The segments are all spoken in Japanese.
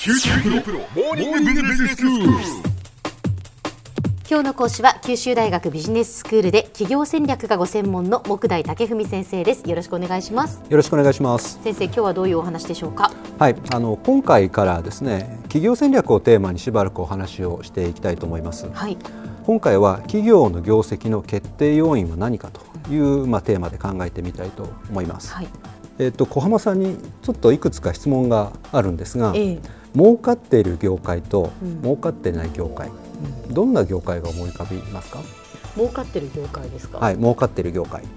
九州大学モーニングビジネススクール。 今日の講師は九州大学ビジネススクールで企業戦略がご専門の杢代武文先生です。よろしくお願いします。 よろしくお願いします。 先生、今日はどういうお話でしょうか。 はい、今回からですね、企業戦略をテーマにしばらくお話をしていきたいと思います。 はい、 今回は企業の業績の決定要因は何かという、テーマで考えてみたいと思います。 はい、 小浜さんにちょっといくつか質問があるんですが、儲かっている業界と儲かっていない業界、どんな業界が思い浮かびますか？ 儲かってる業界ですか？ はい、儲かっている業界。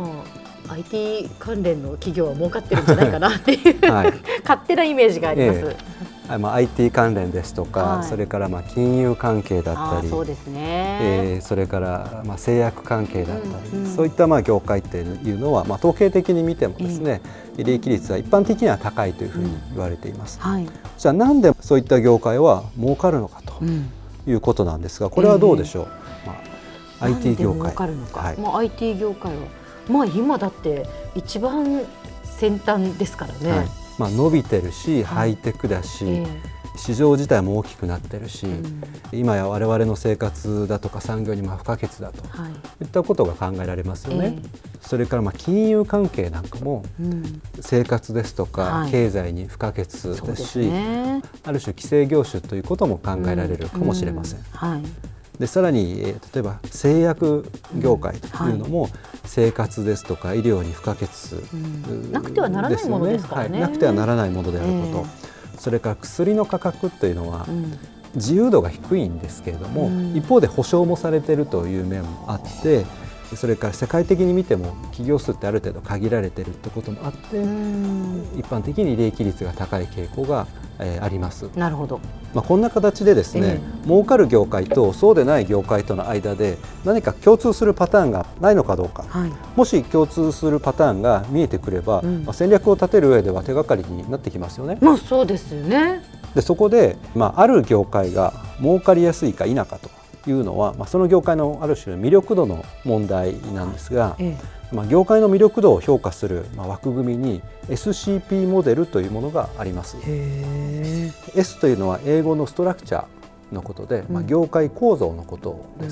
IT 関連の企業は儲かってるんじゃないかなっていう、はい、勝手なイメージがあります。 IT 関連ですとか、 はい、 それから金融関係だったり、 そうですね、 それから製薬関係だったり、そういった業界っていうのは、統計的に見てもですね、利益率は一般的には高いというふうに言われています。 はい、 じゃあなんでそういった業界は儲かるのかということなんですが、これはどうでしょう。IT 業界。 儲かるのか。IT 業界は今だって一番先端ですからね。 はい、伸びてるし、ハイテクだし、市場自体も大きくなってるし、今や我々の生活だとか産業に不可欠だといったことが考えられますよね。それから金融関係なんかも生活ですとか経済に不可欠ですし、ある種既成業種ということも考えられるかもしれません。でさらに、例えば製薬業界というのも、生活ですとか医療に不可欠ですよね。 なくてはならないものですからね。 なくてはならないものであること、それから薬の価格というのは、自由度が低いんですけれども、一方で保証もされているという面もあって、それから世界的に見ても企業数ってある程度限られているということもあって、一般的に利益率が高い傾向があります。 なるほど。 こんな形でですね、儲かる業界とそうでない業界との間で何か共通するパターンがないのかどうか、もし共通するパターンが見えてくれば、戦略を立てる上では手がかりになってきますよね。 そうですよね。 でそこで、ある業界が儲かりやすいか否かというのは、その業界のある種魅力度の問題なんですが、業界の魅力度を評価する枠組みに SCP モデルというものがあります。S というのは英語のストラクチャーのことで、業界構造のことです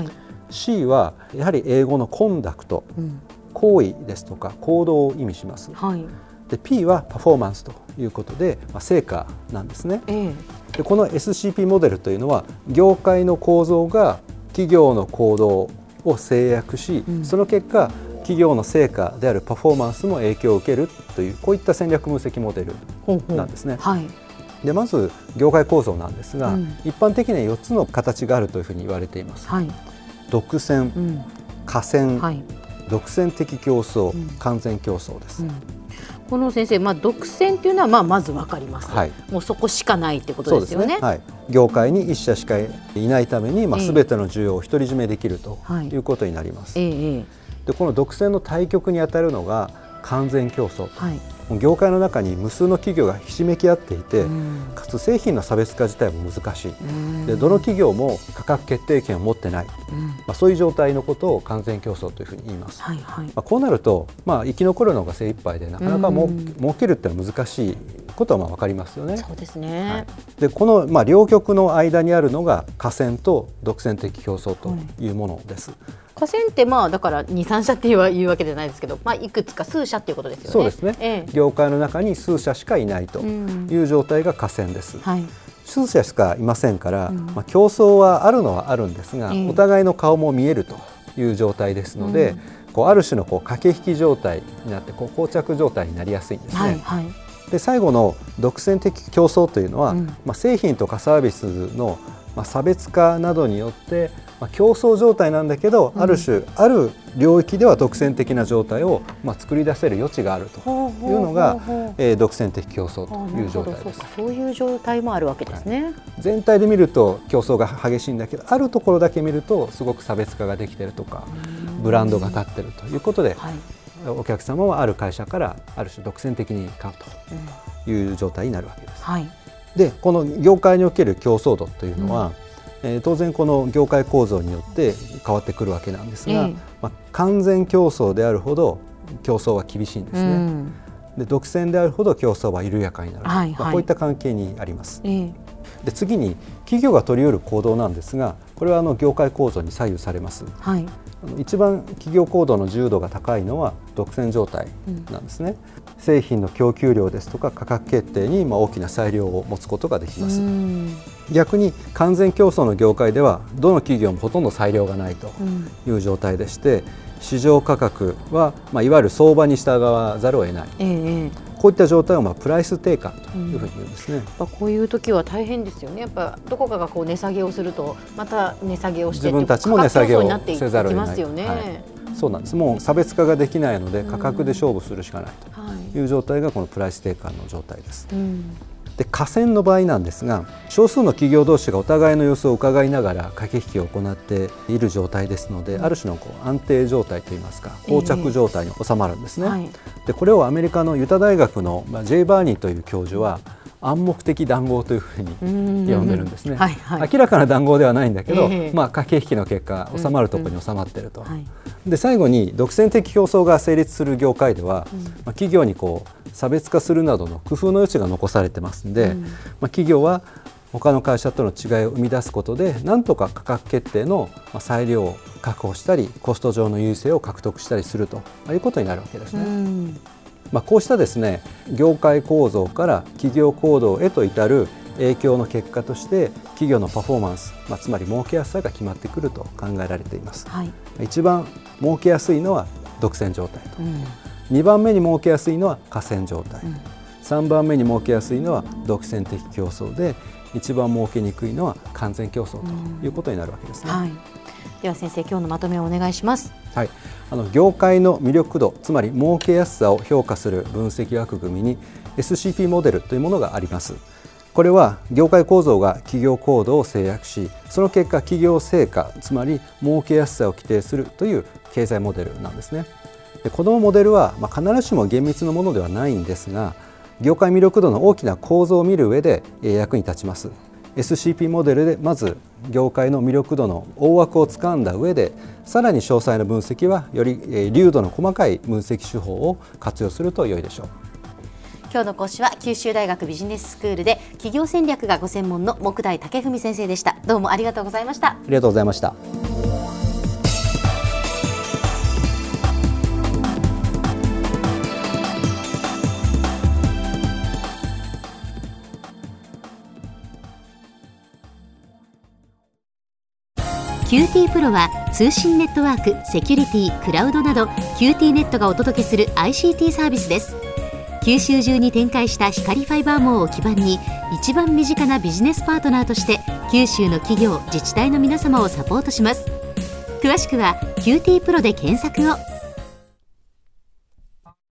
。C はやはり英語のコンダクト、行為ですとか行動を意味します。で P はパフォーマンスということで、成果なんですね。でこの SCP モデルというのは業界の構造が企業の行動を制約し、その結果企業の成果であるパフォーマンスも影響を受けるという、こういった戦略分析モデルなんですね。でまず業界構造なんですが、一般的には4つの形があるというふうに言われています。独占、寡占、独占的競争、完全競争です。 この先生、独占というのはまず分かります。もうそこしかないってことですよね。 業界に1社しかいないために、全ての需要を独り占めできるということになります。でこの独占の対極にあたるのが完全競争と、業界の中に無数の企業がひしめき合っていて、かつ製品の差別化自体も難しい、でどの企業も価格決定権を持ってない、そういう状態のことを完全競争というふうに言います。こうなると、生き残るのが精一杯でなかなか儲けるってのは難しいことは分かりますよね。 そうですね。 でこの両極の間にあるのが寡占と独占的競争というものです。 寡占ってだから2、3社っていうわけじゃないですけど、いくつか数社っていうことですよね。 そうですね。業界の中に数社しかいないという状態が寡占です。数社しかいませんから、競争はあるのはあるんですが、お互いの顔も見えるという状態ですので、ある種の駆け引き状態になって膠着状態になりやすいんですね。で最後の独占的競争というのは、製品とかサービスの差別化などによって競争状態なんだけど、ある種ある領域では独占的な状態を作り出せる余地があるというのが独占的競争という状態です。 そういう状態もあるわけですね。 全体で見ると競争が激しいんだけど、あるところだけ見るとすごく差別化ができているとか、ブランドが立っているということで、お客様はある会社からある種独占的に買うという状態になるわけです。でこの業界における競争度というのは、当然この業界構造によって変わってくるわけなんですが、完全競争であるほど競争は厳しいんですね。 で独占であるほど競争は緩やかになる、 はいはい、 こういった関係にあります。で次に企業が取り得る行動なんですが、これは業界構造に左右されます。はい、一番企業行動の自由度が高いのは独占状態なんですね。製品の供給量ですとか価格決定に大きな裁量を持つことができます。逆に完全競争の業界ではどの企業もほとんど裁量がないという状態でして、市場価格は、いわゆる相場に従わざるを得ない、こういった状態をプライス低下というふうに言うんですね。 こういう時は大変ですよね。やっぱどこかが値下げをするとまた値下げをして自分たちも値下げをせざるを得ない。そうなんです。もう差別化ができないので価格で勝負するしかないという状態がこのプライス低下の状態です。で寡占の場合なんですが、少数の企業同士がお互いの様子を伺いながら駆け引きを行っている状態ですので、ある種の安定状態といいますか膠着状態に収まるんですね。でこれをアメリカのユタ大学のジェイ・バーニーという教授は暗黙的談合というふうに呼んでるんですね。明らかな談合ではないんだけど、駆け引きの結果収まるところに収まっていると。で最後に独占的競争が成立する業界では、企業に差別化するなどの工夫の余地が残されてますので、企業は他の会社との違いを生み出すことでなんとか価格決定の裁量を確保したりコスト上の優位性を獲得したりするということになるわけですね。こうしたですね、業界構造から企業行動へと至る影響の結果として企業のパフォーマンス、つまり儲けやすさが決まってくると考えられています。一番儲けやすいのは独占状態と、2番目に儲けやすいのは寡占状態、3番目に儲けやすいのは独占的競争で、一番儲けにくいのは完全競争ということになるわけですね。 では先生、今日のまとめをお願いします。 業界の魅力度、つまり儲けやすさを評価する分析枠組みに SCP モデルというものがあります。これは業界構造が企業行動を制約し、その結果企業成果、つまり儲けやすさを規定するという経済モデルなんですね。でこのモデルは、必ずしも厳密なものではないんですが、業界魅力度の大きな構造を見る上で役に立ちます。SCP モデルでまず業界の魅力度の大枠をつかんだ上で、さらに詳細な分析はより流度の細かい分析手法を活用すると良いでしょう。 今日の講師は九州大学ビジネススクールで企業戦略がご専門の杢代武文先生でした。どうもありがとうございました。 ありがとうございました。 QT プロは通信ネットワーク、セキュリティ、クラウドなど QT ネットがお届けする ICT サービスです。九州中に展開した光ファイバー網を基盤に、一番身近なビジネスパートナーとして九州の企業・自治体の皆様をサポートします。詳しくは QT プロで検索を。